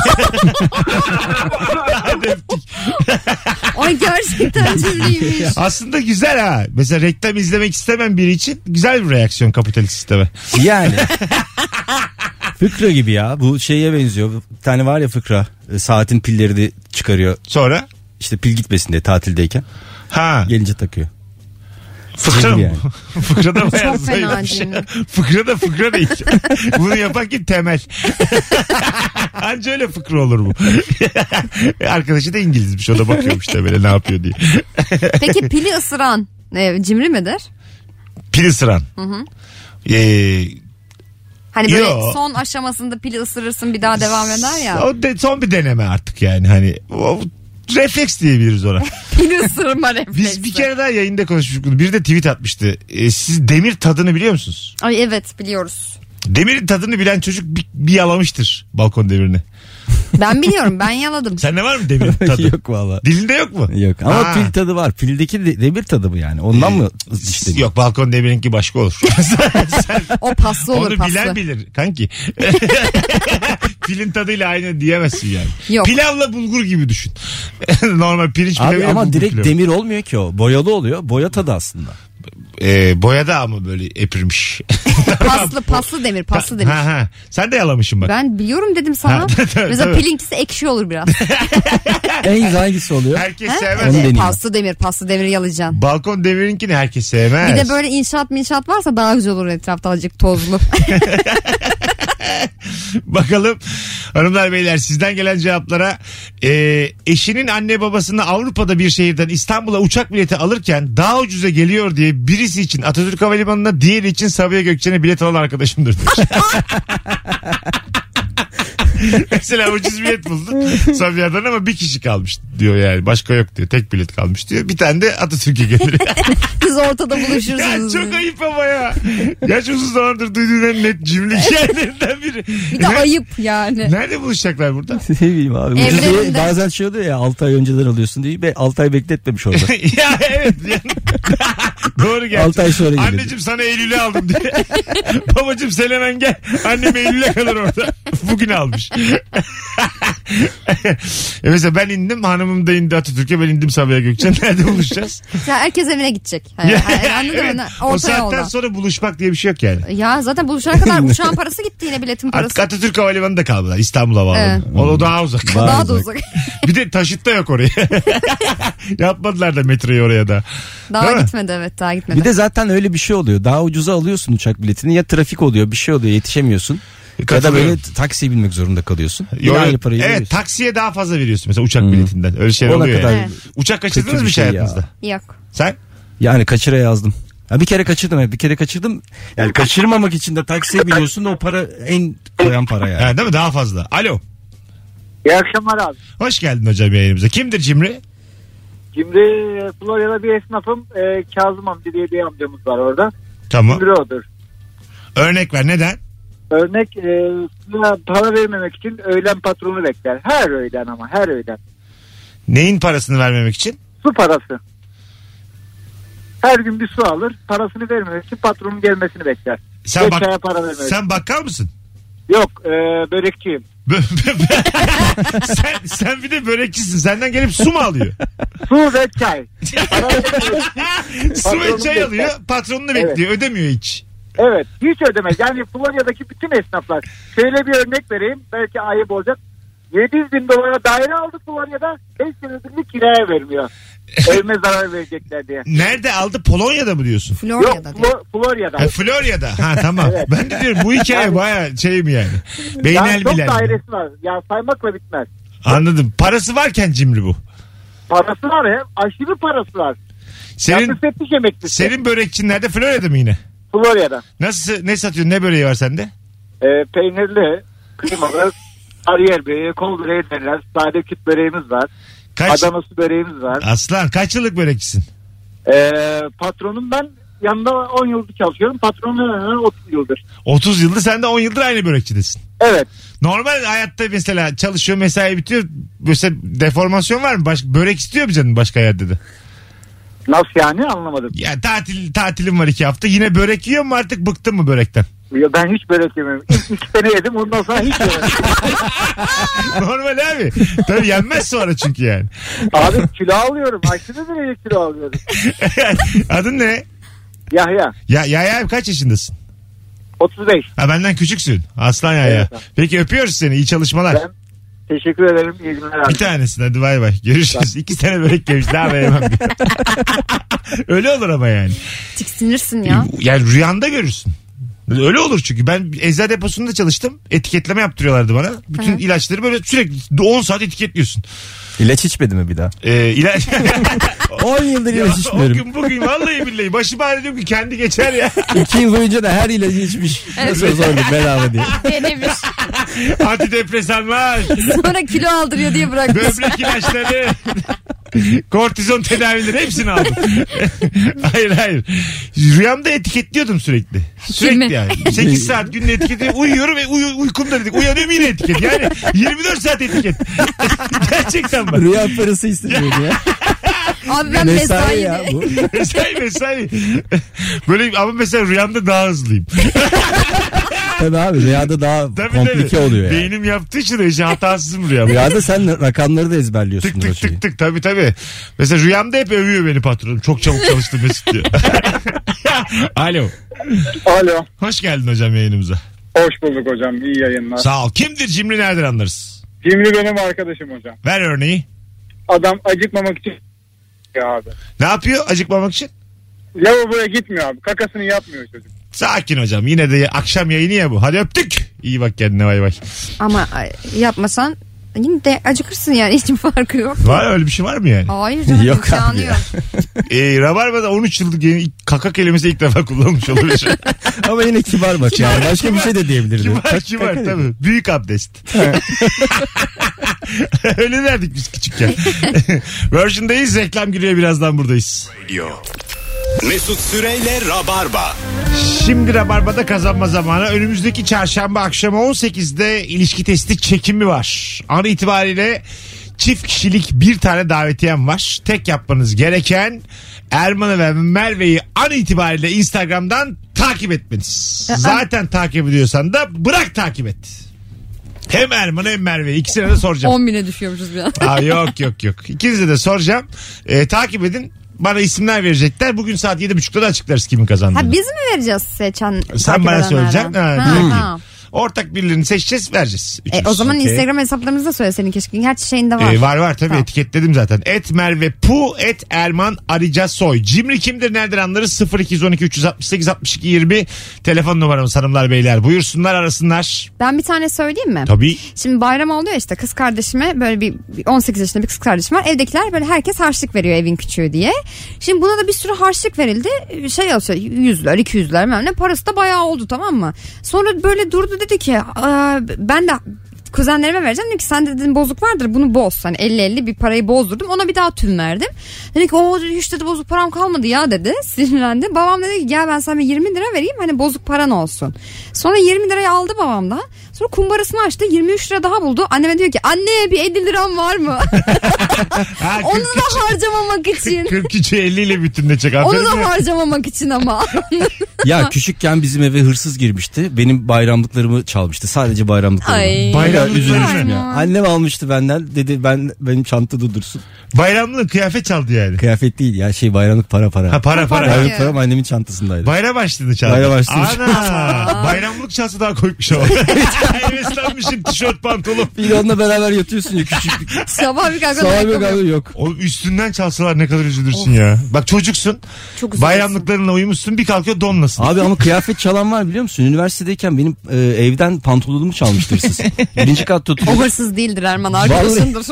Hadi öptük.
Ay gerçekten cimriymiş.
Aslında güzel ha. Mesela reklam izlemek istemem biri için güzel bir reaksiyon kapitalist sisteme.
Yani. Fıkra gibi ya. Bu şeye benziyor. Bir tane var ya fıkra. E, Saatin pilleri de çıkarıyor.
Sonra?
İşte pil gitmesin diye tatildeyken.
Ha.
Gelince takıyor.
Fıkra mı?
Yani.
Fıkra da bayağı
Çok fena
zayıfmış.
cimri.
Fıkra da fıkra değil. Bunu yapan kim? Temel. Anca öyle fıkra olur bu. Arkadaşı da İngilizmiş. O da bakıyormuş da böyle ne yapıyor diye.
Peki pili ısıran e, cimri midir?
Pil ısıran.
Hı hı.
Ee,
Hani böyle
Yo.
son aşamasında pili ısırırsın bir daha devam eder ya.
o de, son bir deneme artık yani. Hani o, refleks diyebiliriz ona.
Pili ısırma refleksi.
Biz bir kere daha yayında konuşmuştuk bunu. Biri de tweet atmıştı. Ee, siz demir tadını biliyor musunuz?
Ay evet biliyoruz.
Demirin tadını bilen çocuk bir, bir yalamıştır balkon demirini.
Ben biliyorum, ben yaladım.
Sende var mı demir tadı?
Yok valla.
Dilinde yok mu?
Yok ama
Ha.
pil tadı var. Pildeki de- demir tadı bu yani. Ondan mı işte?
Yok, balkon demirinki başka olur. Sen,
O paslı olur,
onu
paslı.
bilen bilir kanki. Pilin tadıyla aynı diyemezsin yani.
Yok.
Pilavla bulgur gibi düşün. Normal pirinç pilavı.
Abi ama
bulgur
direkt
pilavı.
demir olmuyor ki o. Boyalı oluyor. Boya tadı aslında.
Ee, boyada ama böyle epirmiş.
Paslı, paslı demir, paslı demir.
Ha, ha. Sen de yalamışsın bak.
Ben biliyorum dedim sana.
Ha, tabii,
Mesela
tabii.
pilinkisi ekşi olur biraz.
En güzel hangisi oluyor?
Herkes
Ha?
sevmez.
Onu deneyeyim.
Paslı demir, paslı demir yalayacaksın.
Balkon demirinkini herkes sevmez.
Bir de böyle inşaat minşaat varsa daha güzel olur, etrafta azıcık tozlu.
Bakalım hanımlar beyler, sizden gelen cevaplara. Ee, eşinin anne babasını Avrupa'da bir şehirden İstanbul'a uçak bileti alırken daha ucuza geliyor diye birisi için Atatürk Havalimanı'na, diğeri için Sabiha Gökçen'e bilet alan arkadaşımdır demiş. Mesela ucuz bilet buldun Sabiha'dan ama bir kişi kalmış diyor yani. Başka yok diyor. Tek bilet kalmış diyor. Bir tane de Atatürk'e gelir.
Siz ortada
Ya
buluşursunuz.
çok ayıp ama ya. Gerçi uzun zamandır duyduğun en net cimri hikayelerinden biri.
Bir de ayıp yani.
Nerede buluşacaklar burada?
Ne bileyim abi. Ucuz
Evlerinde.
diye bazen şey oluyor ya, altı ay önceden alıyorsun diye ve altı ay bekletmemiş orada.
Ya evet. Yani, doğru gerçi.
altı ay sonra geliyor.
Anneciğim sana Eylül'e aldım diye. Babacığım sen hemen gel. Annem Eylül'e kadar orada. Bugün almış. e mesela ben indim, hanımım da indi Atatürk'e, ben indim Sabiha Gökçen. Nerede buluşacağız?
Ya herkes evine gidecek. Yani, yani anladın
Evet.
mı?
O
Orta
saatten
yolda.
sonra buluşmak diye bir şey yok yani.
Ya zaten buluşana kadar uçağın parası gitti, yine biletin parası.
At- Atatürk Havalimanı'nda kaldılar. İstanbul'a bağlı.
Evet.
O, o daha uzak.
Daha
Daha da
uzak.
uzak.
Bir de taşıt da yok oraya. Yapmadılar da metroyu oraya da.
Daha
Değil mi?
gitmedi, evet, daha gitmedi.
Bir de zaten öyle bir şey oluyor. Daha ucuza alıyorsun uçak biletini, ya trafik oluyor, bir şey oluyor, yetişemiyorsun. Ya da
Katılıyorum.
böyle taksiye binmek zorunda kalıyorsun. Yine
Yo,
aynı parayı
evet,
veriyorsun.
taksiye daha fazla veriyorsun mesela uçak
Hmm.
biletinden. Öyle şeyler
Ona
oluyor
kadar
yani.
Evet.
Uçak kaçırdınız
kötü
mı
bir
hiç
şey ya.
hayatınızda?
Yok.
Sen?
Yani kaçıra yazdım. Ya bir kere kaçırdım, evet, bir kere kaçırdım. Yani kaçırmamak için de taksiye biniyorsun, o para en koyan para yani.
Ha, değil mi? Daha fazla. Alo.
İyi akşamlar abi.
Hoş geldin hocam yayınımıza. Kimdir Cimri?
Şimdi Florya'da bir esnafım. E, Kazım amca diye bir amcamız var orada.
Tamam.
Cimri odur.
Örnek ver. Neden?
Örnek e, suya para vermemek için öğlen patronu bekler. Her öğlen ama her öğlen.
Neyin parasını vermemek için?
Su parası. Her gün bir su alır. Parasını vermemek için patronun gelmesini bekler.
Sen,
Beş
bak-
aya para vermemek.
sen bakkal mısın?
Yok e, börekçiyim.
sen, sen bir de börekçisin. Senden gelip su mu alıyor?
Su ve çay. Para vermemek için
Su ve
patronunu
çay
bekler.
alıyor. Patronunu
Evet.
bekliyor. Ödemiyor hiç.
Evet, hiç ödemez. Yani Florya'daki bütün esnaflar. Şöyle bir örnek vereyim. Belki ayıp olacak. yedi yüz bin dolara daire aldı Florya'da. beş senedir kiraya vermiyor. Evime zarar verecekler diye.
Nerede aldı? Polonya'da mı diyorsun?
Yok,
Florya'da.
Flo- Florya'da.
Ha, Florya'da. Ha tamam.
Evet.
Ben de diyorum bu hikaye
Yani-
baya şey mi yani?
Yani
Beynel
çok
bilen.
dairesi var. Ya saymakla bitmez.
Anladım. Parası varken cimri bu.
Parası var hem. Aşırı parası var.
Senin
Yani müfettiş emeklisi.
senin börekçin nerede? Florya'da mı yine?
Florya'da.
Nasıl, ne satıyorsun? Ne böreği var sende?
Ee, peynirli, kıymalı, Ariel böreği, kol böreği derler. Sade küt böreğimiz var.
Kaç?
Adanası böreğimiz var.
Aslan kaç yıllık börekçisin?
Ee, patronum ben yanında on yıldır çalışıyorum. Patronum otuz yıldır.
otuz yıldır, sen de on yıldır aynı börekçidesin.
Evet.
Normal hayatta mesela çalışıyor, mesai bitiyor. Mesela deformasyon var mı? Baş, börek istiyor mu canım başka yerde de?
Nasıl yani anlamadım.
Ya tatil tatilim var iki hafta. Yine börek yiyor mu artık, bıktın mı börekten?
Ya ben hiç börek yemiyorum. İlk iki sene yedim ondan sonra hiç yemedim.
Normal abi. Tabii yenmez sonra çünkü yani.
Abi kilo alıyorum. Aşırı derece kilo alıyorum.
Adın ne?
Yahya.
Ya Yahya abi kaç yaşındasın?
otuz beş.
Ha, benden küçüksün. Aslan Yahya.
Evet, abi.
Peki öpüyoruz seni. İyi çalışmalar.
Ben teşekkür ederim. İyi günler abi.
Bir tanesin, hadi bay bay. Görüşürüz. İki sene börek yemiş. Daha veremem. Öyle olur ama yani.
Tiksinirsin ya.
Yani rüyanda görürsün. Öyle olur çünkü. Ben eczacı deposunda çalıştım. Etiketleme yaptırıyorlardı bana. Bütün
Hı.
ilaçları böyle sürekli on saat etiketliyorsun.
İlaç içmedi mi bir daha?
Ee, ilaç...
on yıldır
Ya,
ilaç
o
içmiyorum.
gün bugün vallahi billahi başım ağrıyor ki kendi geçer ya.
İki yıl boyunca da her ilacı içmiş. Nasıl zorluk bedava diye.
Denemiş.
Antidepresanlar,
Sonra kilo aldırıyor diye bırakmış.
böbrek ilaçları, kortizon tedavileri hepsini aldım. Hayır hayır. Rüyamda etiketliyordum sürekli. Sürekli
Kimi?
yani. sekiz saat günde etiket. Uyuyorum ve uy- uykumda dedik. Uyanıyorum yine etiket. Yani yirmi dört saat etiket. Gerçekten bak.
Rüya parası istiyordu ya.
Abi ben
Mesai
mesai
ya bu.
mesai mesai. Böyle ama mesela rüyamda daha hızlıyım.
Tabii abi rüyada daha
Tabii,
komplike
tabii.
oluyor yani.
Beynim yaptığı için de işte hatasızım rüyamda.
Rüyada sen rakamları da ezberliyorsun.
Tık tık tık tık tabii tabii. Mesela rüyamda hep övüyor beni patronum. Çok çabuk çalıştım Mesut diyor. Alo.
Alo.
Hoş geldin hocam yayınımıza.
Hoş bulduk hocam. İyi yayınlar.
Sağ ol. Kimdir cimri, nereden anlarız?
Cimri benim arkadaşım hocam.
Ver örneği.
Adam acıkmamak için ya abi.
Ne yapıyor acıkmamak için?
Lavaboya gitmiyor abi. Kakasını yapmıyor çocuk.
Sakin hocam. Yine de akşam yayını ya bu. Hadi öptük. İyi bak kendine, bay bay.
Ama yapmasan yine de acıkırsın yani, hiçbir farkı yok.
Var öyle bir şey var mı yani?
Hayır canım,
Yok
imkanı
abi ya.
yok.
Ee, Rabarba'da on üç yıllık yeni kaka kelimesi ilk defa kullanmış olabilir.
Ama yine kibar bak yani. Başka bir şey de diyebilirdi.
Kibar
Kak-
kibar
kaka
tabii.
dedi.
Büyük abdest. Öyle derdik biz küçükken. Virgin'dayız. Reklam giriyor, birazdan buradayız.
Mesut Süreyle Rabarba.
Şimdi Rabarba'da kazanma zamanı. Önümüzdeki çarşamba akşamı on sekizde ilişki testi çekimi var. An itibariyle çift kişilik bir tane davetiyem var. Tek yapmanız gereken Erman'ı ve Merve'yi an itibariyle Instagram'dan takip etmeniz. Zaten takip ediyorsan da bırak takip et. Hem Erman'ı hem Merve'yi, ikisine de soracağım.
on bine düşüyormuşuz bir an.
Aa, yok yok yok. İkinize de soracağım. Ee, takip edin. Bana isimler verecekler. Bugün saat yedi buçukta da açıklarız kimin kazandığını.
Ha biz mi vereceğiz seçen?
Sen
takip
bana
edenlerden?
söyleyeceksin. Ha,
Ha,
diyorum ki,
ha.
ortak birilerini seçeceğiz, vereceğiz.
E,
Üçümüz.
o zaman
Okey.
Instagram hesaplarımızda söylesenin keşke. Gerçi şeyinde var.
Ee, var var tabii,
Tamam.
etiketledim zaten. Et Merve Pu, et Erman Arıca Soy. Cimri kimdir, nereden anlarız? sıfır iki on iki üç altı sekiz altmış iki yirmi telefon numaramız hanımlar beyler. Buyursunlar, arasınlar.
Ben bir tane söyleyeyim mi?
Tabii.
Şimdi bayram oluyor işte, kız kardeşime böyle bir bir on sekiz yaşında bir kız kardeşim var. Evdekiler böyle herkes harçlık veriyor evin küçüğü diye. Şimdi buna da bir sürü harçlık verildi. Şey alıyor, yüzler iki yüzler bilmem ne, parası da bayağı oldu, tamam mı? Sonra böyle durdu, dedi ki ben de kuzenlerime vereceğim. Dedim ki sen de dedim bozuk vardır, bunu boz. Hani elli elli bir parayı bozdurdum. Ona bir daha tüm verdim. Dedi ki o hiç dedi bozuk param kalmadı ya dedi. Sinirlendi. Babam dedi ki gel ben sana yirmi lira vereyim, hani bozuk paran olsun. Sonra yirmi lirayı aldı babamdan. Sonra kumbarasını açtı, yirmi üç lira daha buldu. Anneme diyor ki anne bir elli liram var mı?
Ha,
Onu
kırk
da harcamamak için.
kırk üçü elli ile bütünleşecek.
Onu
Aferin
da
ya.
harcamamak için ama.
Ya küçükken bizim eve hırsız girmişti. Benim bayramlıklarımı çalmıştı. Sadece bayramlıklarımı.
Ay.
Bayramlıkları
Üzülmüştüm
ne?
ya. Annem almıştı benden. Dedi ben benim çantada dursun.
Bayramlığın kıyafet çaldı yani.
Kıyafet değil ya, şey bayramlık para para.
Ha, para para.
para.
Bayramlık param annemin çantasındaydı.
Bayram açtığını çaldı.
Bayram açtığını
Ana. Bayramlık çalsa daha koymuş ama. Heveslenmişim, tişört pantolon.
Bir de onunla beraber yatıyorsun ya küçüklük.
Sabah bir kalkan
Sabah bir
ayakkabı yok.
kahve yok.
O üstünden çalsalar ne kadar üzülürsün ya. Bak çocuksun.
Çok üzülürsün.
Bayramlıklarınla uyumuşsun, bir kalkıyor donlasın.
Abi ama kıyafet çalan var biliyor musun? Üniversitedeyken benim e, evden pantolonumu çalmıştı hırsız. Birinci katta
O
oturuyor.
hırsız değildir Erman, arkadaşındır.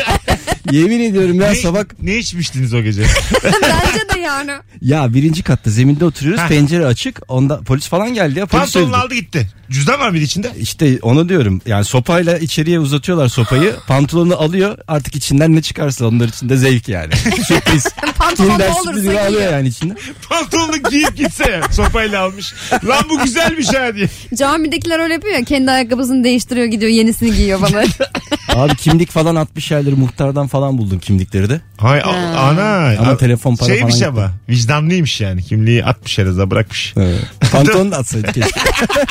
Yemin ediyorum ya
ne,
sabah.
ne içmiştiniz o gece?
Bence de yani.
Ya birinci katta zeminde oturuyoruz.
Heh.
Pencere açık. Onda polis falan geldi ya. Polis
Pantolonu
öldü.
aldı gitti. Cüzdan var mıydı içinde?
İşte onu diyorum. Yani sopayla içeriye uzatıyorlar sopayı. Pantolonu alıyor. Artık içinden ne çıkarsa onlar için de zevk yani. Sürpriz.
Pantolon ne
Kinder
olursa
sürpriz gibi alıyor
giyiyor.
yani içinden.
Pantolonu giyip gitse ya. Sopayla almış. Lan bu güzelmiş ha diye.
Camidekiler öyle yapıyor ya, kendi ayakkabısını değiştiriyor gidiyor, yenisini giyiyor bana.
Abi kimlik falan atmış yerleri, muhtardan falan buldum kimlikleri de.
Hay ana.
Ama telefon, para
Şeymiş
falan
ama. Vicdanlıymış yani. Kimliği atmış herhalde, bırakmış.
Evet. Pantolonu da atsaydı keşke.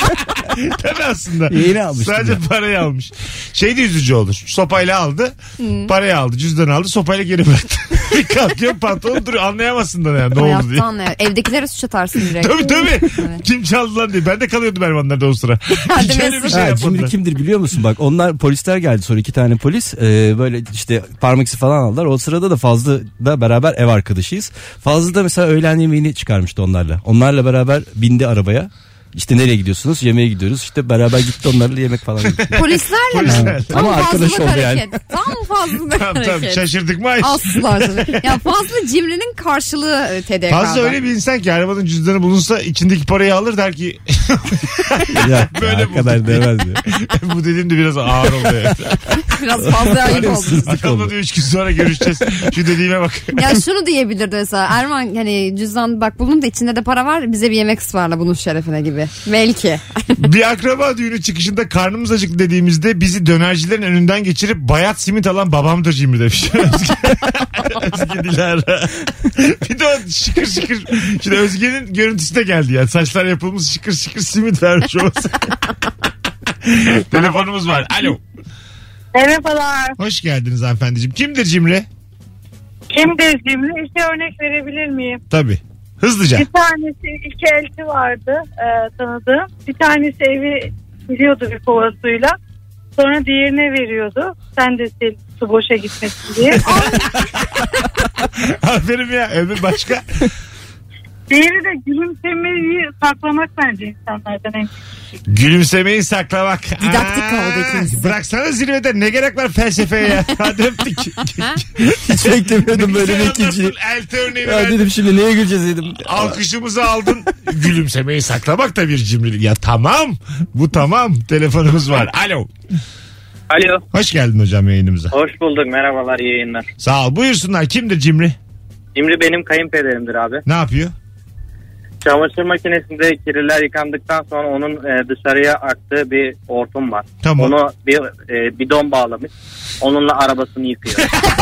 Tabii aslında.
Yeni almıştım
Sadece
ya.
parayı almış. Şey de üzücü olur. Sopayla aldı. Parayı aldı. Cüzdanı aldı. Sopayla geri bıraktı. Bir kalkıyor, pantolon duruyor. Anlayamazsın da yani ne oldu diye.
Hayattan ne? Evdekilere suç atarsın direkt.
Tabii tabii.
Evet.
Kim çaldı lan diye. Ben de kalıyordum Ermanlar'da o sıra.
Hadi
Hiç öyle
Mesut.
bir şey
Ha,
yapmadılar.
cimri kimdir biliyor musun? Bak onlar polisler geldi sonra, iki tane polis e, böyle işte parmak izi falan aldılar. O sırada da Fazlı da beraber ev arkadaşıyız. Fazlı da mesela öğlen yemeğini çıkarmıştı onlarla. Onlarla beraber bindi arabaya. İşte nereye gidiyorsunuz? Yemeğe gidiyoruz. İşte beraber gitti onlarla yemek falan gitti.
Polislerle mi?
Polisler.
Tam
Ama arkadaş
fazlalık
oldu yani.
hareket. Tam fazlalık
Tamam tamam,
hareket.
şaşırdık mı? Ay?
Asla. Ya fazla cimrinin karşılığı T D K'da.
Fazla öyle bir insan ki arabanın cüzdanı bulunsa içindeki parayı alır, der ki
Ya,
Böyle
ya, kadar demez ya.
Bu dediğim de biraz ağır oldu yani.
Biraz fazla ayıp oldu.
Akıllı diyor üç gün sonra görüşeceğiz. Şu dediğime bak.
Ya şunu diyebilirdi mesela Erman hani cüzdan bak bunun da içinde de para var bize bir yemek ısmarla bunun şerefine gibi. Belki.
Bir akraba düğünü çıkışında karnımız acıktı dediğimizde bizi dönercilerin önünden geçirip bayat simit alan babamdır cimri demiş. Özge, Özge Dilara. Bir de o şıkır şıkır. Şimdi Özge'nin görüntüsü de geldi yani. Saçlar yapılmış şıkır şıkır simit vermiş olsa. Telefonumuz var. Alo.
Merhabalar.
Hoş geldiniz hanımefendiciğim. Kimdir cimri?
Kimdir cimri? İki örnek verebilir miyim?
Tabii. Hızlıca.
Bir tanesi iki elti vardı e, tanıdığım. Bir tanesi evi biliyordu bir kova suyla. Sonra diğerine veriyordu. Sen de sil su boşa gitmesin diye.
Aferin ya. Öbür başka?
Diğeri de gülümsemeyi saklamak bence insanlardan en.
Gülümsemeyi saklamak.
Didaktik oldu ikincisi.
Bıraksana zirvede ne gerek var felsefeye ya. Hadi öptük.
Hiç beklemiyordum böyle bir ikinciyi.
Elti örneğini
Ya
verdin.
dedim şimdi neye güleceğiz dedim.
Alkışımızı aldın. Gülümsemeyi saklamak da bir cimrilik. Ya tamam. Bu tamam. Telefonumuz var. Alo.
Alo.
Hoş geldin hocam yayınımıza.
Hoş bulduk. Merhabalar, iyi yayınlar.
Sağ ol. Buyursunlar. Kimdir cimri?
Cimri benim kayınpederimdir abi.
Ne yapıyor?
Çamaşır makinesinde kirliler yıkandıktan sonra onun e, dışarıya aktığı bir hortum var.
Tamam.
Onu bir e, bidon bağlamış. Onunla arabasını yıkıyor.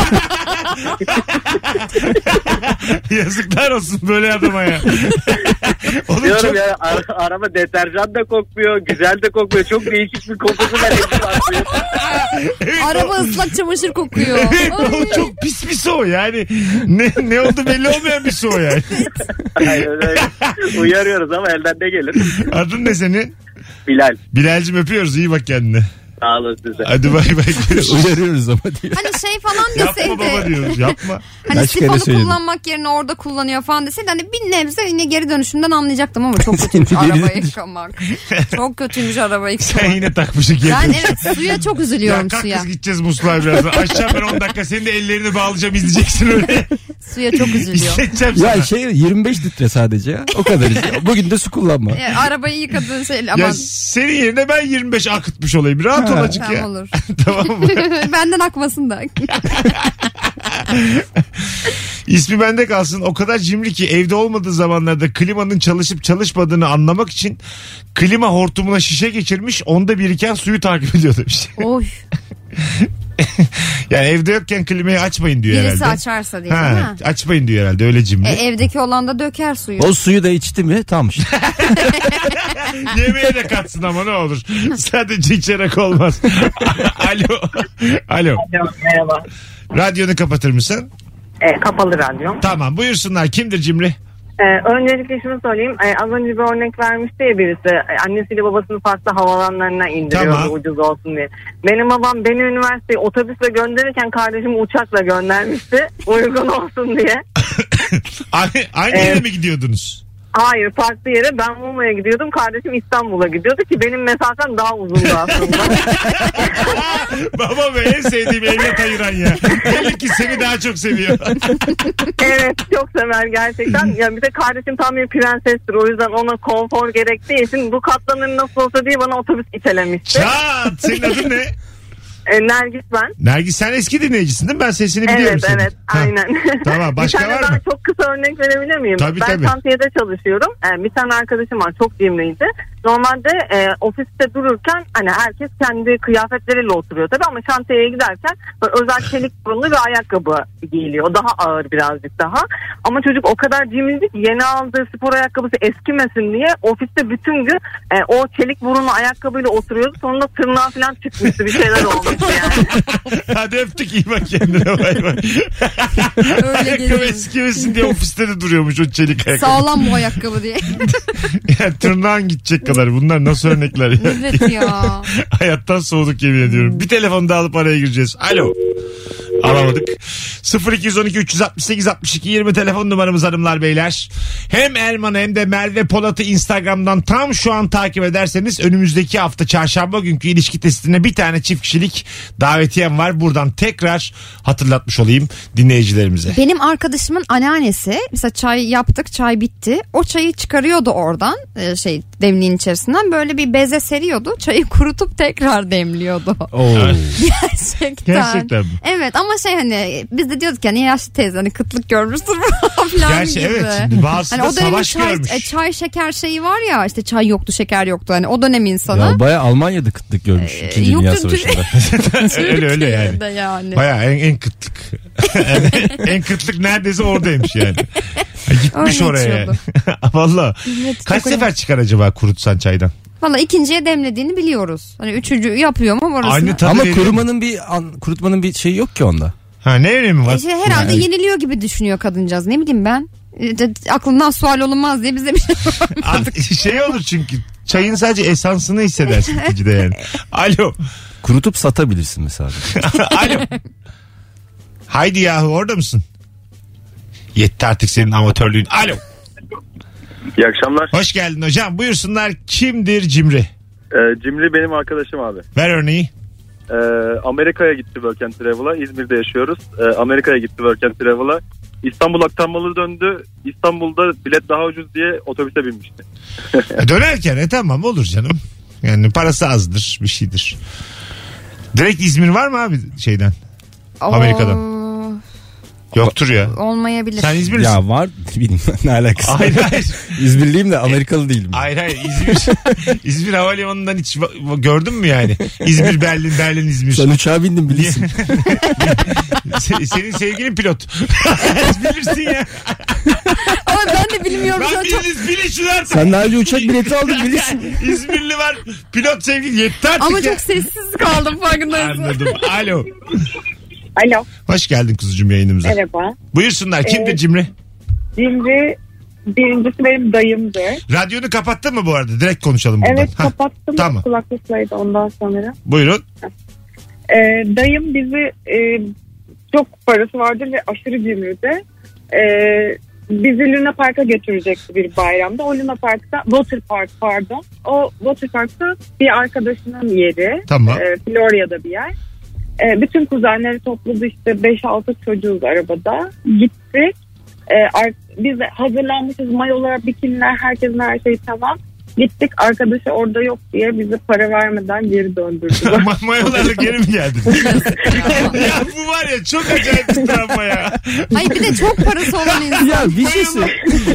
Yazıklar olsun böyle adama ya. Oğlum
Diyorum
çok...
ya ara- araba deterjan da kokmuyor, güzel de kokmuyor. Çok değişik bir kokusu var.
Evet,
Araba
o-
ıslak çamaşır kokuyor.
Evet, o çok pis bir su o yani. Ne, ne oldu belli olmayan bir su o yani.
Aynen öyle. Uyarıyoruz ama elden ne gelir?
Adın ne senin?
Bilal.
Bilal'cim öpüyoruz iyi bak kendine.
Sağ olun size.
Hadi bay bay.
Uyarıyoruz ama diyor.
Hani şey falan
Yapma baba
deseydi.
diyoruz yapma.
Hani
Kaç kere
sifonu
söyledim.
kullanmak yerine orada kullanıyor falan deseydi hani bir nebze yine geri dönüşünden anlayacaktım ama çok kötüymüş arabayı yıkamak. Çok kötüymüş arabayı
Sen
yıkamak.
yine takmışsın kendini.
Ben evet suya çok
Ya
üzülüyorum
kalk
suya.
kız gideceğiz musluğa birazdan. Aşağı ben on dakika senin de ellerini bağlayacağım izleyeceksin öyle.
Suya çok üzülüyor.
İzleteceğim sana.
Ya şey yirmi beş litre sadece ya. O kadar işte. Bugün de su kullanma.
E, arabayı yıkadığın şey
Ya
aman
senin yerine ben yirmi beş akıtmış olayım. Rahat ol
Ha.
azıcık ya.
tamam olur.
Tamam mı?
Benden akmasın da.
İsmi bende kalsın. O kadar cimri ki evde olmadığı zamanlarda klimanın çalışıp çalışmadığını anlamak için klima hortumuna şişe geçirmiş. Onda biriken suyu takip ediyor demiş.
Oy.
Yani evde yokken klimayı açmayın diyor
Birisi
herhalde.
açarsa diye
Ha,
değil mi?
açmayın diyor herhalde öyle cimri.
E, evdeki olan da döker suyu.
O suyu da içti mi? Tam işte.
Yemeğe de katsın ama ne olur. Sadece içerek olmaz. Alo. Alo.
Merhaba.
Radyonu kapatır mısın?
E, kapalı radyom.
Tamam buyursunlar. Kimdir cimri?
Ee, öncelikle şunu söyleyeyim. Ee, az önce bir örnek vermişti ya birisi. Ee, annesiyle babasını farklı havalanlarına indiriyordu
Tamam.
ucuz olsun diye. Benim babam beni üniversiteye otobüsle gönderirken kardeşimi uçakla göndermişti. Uygun olsun diye.
Aynı, aynı
Evet.
yere mi gidiyordunuz?
Hayır farklı yere ben Muğla'ya gidiyordum. Kardeşim İstanbul'a gidiyordu ki benim mesafem daha uzundu aslında.
Baba be en sevdiğim evlat ayıran ya. Belli ki seni daha çok seviyor.
Evet çok sever gerçekten. Yani bir de kardeşim tam bir prensestir. O yüzden ona konfor gerektiği için bu katlanır nasıl olsa diye bana otobüs itelemişti.
Çat! Senin adın ne?
E, Nergis ben.
Nergis sen eski dinleyicisin değil mi? Ben sesini biliyorum
Evet
senin.
evet
Ha.
aynen.
Tamam başka
bir tane
var
daha
mı?
çok kısa örnek verebilir miyim?
Tabii,
ben
tabii.
şantiyede çalışıyorum. Ee, bir tane arkadaşım var çok cimriydi. Normalde e, ofiste dururken hani herkes kendi kıyafetleriyle oturuyor tabii ama şantiyeye giderken böyle özel çelik burunlu bir ayakkabı giyiliyor. O daha ağır birazcık daha. Ama çocuk o kadar cimriydi ki yeni aldığı spor ayakkabısı eskimesin diye ofiste bütün gün e, o çelik burunlu ayakkabıyla oturuyordu. Sonunda tırnağı falan çıkmıştı bir şeyler olmuştu yani.
Hadi öptük iyi bak kendine bay bay. Ayakkabı
geziyor.
eskimesin diye ofiste de duruyormuş o çelik ayakkabı.
Sağlam bu ayakkabı diye.
Yani tırnağın gidecek kadar bunlar nasıl örnekler ya.
Evet ya.
Hayattan soğuduk yemin ediyorum. Bir telefon daha alıp araya gireceğiz. Alo. Alamadık. sıfır iki on iki üç altı sekiz altmış iki yirmi telefon numaramız hanımlar beyler. Hem Erman'ı hem de Merve Polat'ı Instagram'dan tam şu an takip ederseniz önümüzdeki hafta çarşamba günkü ilişki testine bir tane çift kişilik davetiyem var. Buradan tekrar hatırlatmış olayım dinleyicilerimize.
Benim arkadaşımın anneannesi mesela çay yaptık çay bitti. O çayı çıkarıyordu oradan e, şey demliğin içerisinden böyle bir beze seriyordu. Çayı kurutup tekrar demliyordu.
Oo.
Gerçekten.
Gerçekten mi?
Evet ama şey hani biz de diyorduk yani yaşlı teyze hani kıtlık görmüştür falan
Gerçi
gibi.
evet, şimdi bazısı
hani
da
o dönemin
savaş
çay,
görmüş.
e, çay şeker şeyi var ya işte çay yoktu şeker yoktu hani o dönem insanı.
Ya bayağı Almanya'da kıtlık görmüş
Ee,
İkinci Dünya
yoktu,
Savaşı'nda.
öyle öyle yani.
Türkiye'de yani.
Bayağı en, en kıtlık. Yani en kıtlık neredeyse oradaymış yani. Ha, gitmiş
Öyle
oraya yani.
içiyordu.
Valla.
Evet,
Kaç
çok
sefer
önemli.
çıkar acaba kurutsan çaydan?
Valla ikinciye demlediğini biliyoruz. Hani üçüncü yapıyor mu orasını?
Aynı tadı
Ama
veriyor mu?
kurumanın bir an, kurutmanın bir şeyi yok ki onda.
Ha ne önemi var?
E şey, herhalde
Yani-
yeniliyor gibi düşünüyor kadıncağız. Ne bileyim ben. E, de- aklından sual olunmaz diye bize bir şey
Aa, şey olur çünkü çayın sadece esansını hissedersin ikincide yani. Alo.
Kurutup satabilirsin mesela.
Alo. Haydi yahu orada mısın? Yetti artık senin amatörlüğün. Alo.
İyi akşamlar.
Hoş geldin hocam. Buyursunlar. Kimdir Cimri?
Ee, Cimri benim arkadaşım abi.
Ver örneği.
Ee, Amerika'ya gitti Work and Travel'a. İzmir'de yaşıyoruz. Ee, Amerika'ya gitti Work and Travel'a. İstanbul aktarmalı döndü. İstanbul'da bilet daha ucuz diye otobüse binmişti.
E, Dönerken e tamam olur canım. Yani parası azdır bir şeydir. Direkt İzmir var mı abi şeyden? Amerika'dan.
Oo,
Yoktur ya.
olmayabilir.
Sen İzmirlisin.
Ya var bilmiyorum ne alakası.
Hayır hayır.
İzmirliyim de Amerikalı değilim.
Hayır hayır İzmir. İzmir Havalimanı'ndan hiç va- gördün mü yani? İzmir, Berlin, Berlin, İzmir.
Sen uçağa bindin bilirsin.
Se- Senin sevgilin pilot. Bilirsin ya.
Ama ben de bilmiyorum.
Ben
Çok-
biliriz bilin şunu artık.
Sen daha önce uçak bileti aldın bilirsin.
İzmirli var. Pilot sevgili yetti artık
Ama
ya.
çok sessiz kaldım farkındayım.
Anladım. Alo.
Alo.
Hoş geldin kuzucuğum yayınımıza.
Merhaba.
Buyursunlar. Kimdir
Ee,
Cimri?
Cimri birincisi benim dayımdır.
Radyonu kapattın mı bu arada? Direkt konuşalım buradan.
Evet
Hah,
kapattım.
tamam.
Kulaklıklaydı ondan sonra.
Buyurun.
Ee, dayım bizi e, çok parası vardır ve aşırı cimride. Ee, bizi Luna Park'a götürecekti bir bayramda. O Luna Park'ta, Water Park pardon. O Water Park'ta bir arkadaşının yeri.
Tamam.
E, Florya'da bir yer. E, bütün kuzenleri topladı işte beş altı çocuğuz arabada. Gittik. E, ar- biz de hazırlanmışız. Mayolar, bikiniler, herkesin her şeyi tamam. Gittik arkadaşı orada yok diye bize para vermeden geri döndürdüler.
Ma- Mayolarla geri mi geldin? Ya bu var ya çok acayip bir travma ya.
Hayır bir de çok parası olan insan.
Ya bir şey söyle.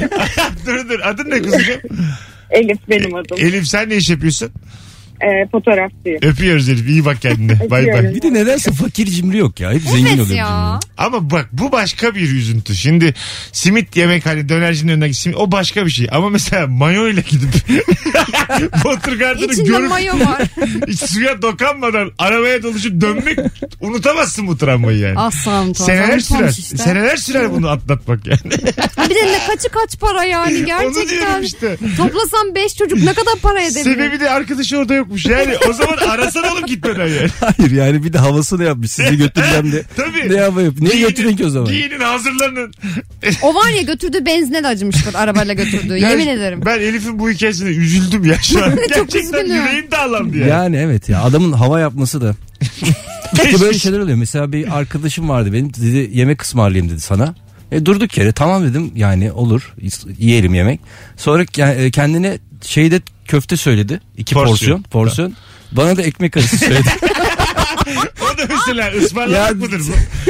dur dur adın ne kuzucuğum?
Elif benim adım.
Elif sen ne iş yapıyorsun?
E, fotoğrafçıyım.
Öpüyoruz Elif iyi bak kendine. Bay bay.
Öpüyorum.
Bir de nedense fakir cimri yok ya. Hep zengin
Evet
oluyor
ya.
cimri.
Ama bak bu başka bir üzüntü. Şimdi simit yemek hani dönercinin önüne simit o başka bir şey. Ama mesela mayo ile gidip Watergarden'ı
İçinde
görüp
mayo var.
hiç suya dokanmadan arabaya doluşup dönmek unutamazsın bu travmayı yani.
Aslan tamam.
Seneler sürer.
Unutmamış işte.
Seneler sürer bunu atlatmak yani.
Bir de ne kaçı kaç para yani
Onu diyorum
gerçekten.
işte.
Toplasam beş çocuk ne kadar para edebilir?
Sebebi de arkadaşı orada yokmuş. Yani o zaman arasan oğlum gitmeden yani.
Hayır yani bir de havasını yapmış. Sizi götüreceğim de.
Tabii.
Ne hava yap? Niye götürün ki o zaman?
Giyinin hazırlanın.
O var ya götürdüğü benzine de acımıştır arabayla götürdüğü.
Ya
Yemin ederim.
Ben Elif'in bu hikayesine üzüldüm ya şu an.
Çok
Gerçekten
üzgünüm.
yüreğim dağlandı yani.
Yani evet ya adamın hava yapması da. İşte böyle şeyler oluyor. Mesela bir arkadaşım vardı benim dedi yemek ısmarlayayım dedi sana. E, durduk yere tamam dedim yani olur yiyelim yemek. Sonra ke- kendine şeyde köfte söyledi. iki
Porsiyon.
porsiyon. Porsiyon. Bana da ekmek arası söyledi.
O da mesela ısmarlamak
Ya-
mıdır bu?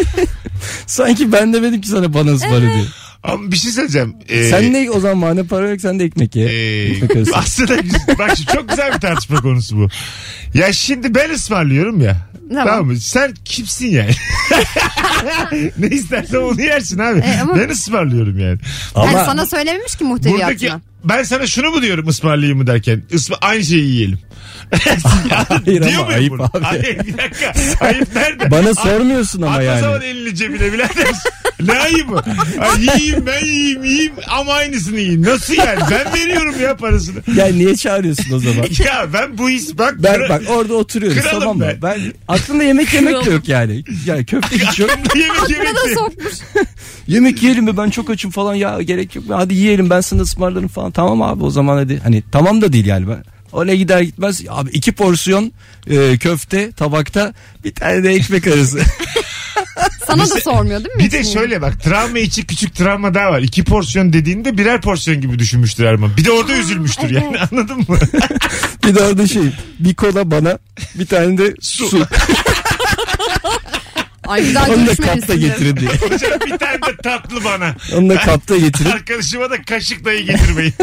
Sanki ben demedim ki sana bana ısmarla diye.
Ama bir şey söyleyeceğim. Ee,
Sen ne o zaman madem para yok sen de ekmek ye.
ee,
Ekmek arası.
aslında güzel- bak şimdi çok güzel bir tartışma konusu bu. Ya şimdi ben ısmarlıyorum ya.
Tamam.
Tamam mı? Sen kimsin yani? Ne istersen onu yersin abi.
E, ama-
Ben ısmarlıyorum yani.
Yani
Ama
sana söylememiş ki
Buradaki
muhteviyatına.
ben sana şunu mu diyorum ısmarlayayım mı derken? Isma, aynı şeyi yiyelim.
hayır
Diyor
ama
muyum
ayıp
bunu?
abi.
Hayır bir dakika. Ayıp nerede?
Bana sormuyorsun ama
At o
yani.
zaman elini cebine birader. Ne ayıbı? Ay, yiyeyim ben yiyeyim yiyeyim ama aynısını yiyeyim. Nasıl yani? Ben veriyorum ya parasını.
Ya niye çağırıyorsun o zaman?
Ya ben bu his bak.
Ben
kıra-
bak orada oturuyoruz
Kralım
tamam mı?
ben.
Ben aklımda yemek yemek de yok yani. Yani köfte hiç yok.
yemek yemek
Aklına da
de-
sokmuş.
Yemek yiyelim mi ben çok açım falan ya gerek yok. Hadi yiyelim ben sana ısmarlarım falan. Tamam abi o zaman hadi. Hani tamam da değil yani ben. Oraya gider gitmez abi iki porsiyon e, köfte tabakta bir tane de ekmek arası.
Sana
Mesela-
da sormuyor değil mi?
Bir de şöyle bak, travma içi küçük travma daha var. İki porsiyon dediğinde birer porsiyon gibi düşünmüştür Erman. Bir de orada üzülmüştür
evet.
yani, anladın mı?
Bir de orada şey, bir kola bana, bir tane de su. su.
Ay güzel
Onu da kapta
görüşmemişsindir.
getirin diye.
Hocam bir tane de tatlı bana.
Onu da kapta getirin.
Arkadaşıma da kaşık dahi getirmeyin.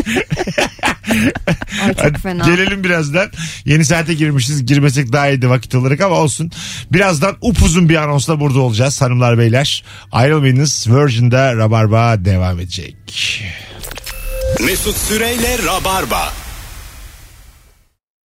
Ay çok
Hadi
fena.
gelelim birazdan. Yeni saate girmişiz. Girmesek daha iyiydi vakit olarak ama olsun. Birazdan upuzun bir anonsla burada olacağız hanımlar beyler. Ayrılmayınız. Virgin'de Rabarba devam edecek.
Mesut Süreyle Rabarba.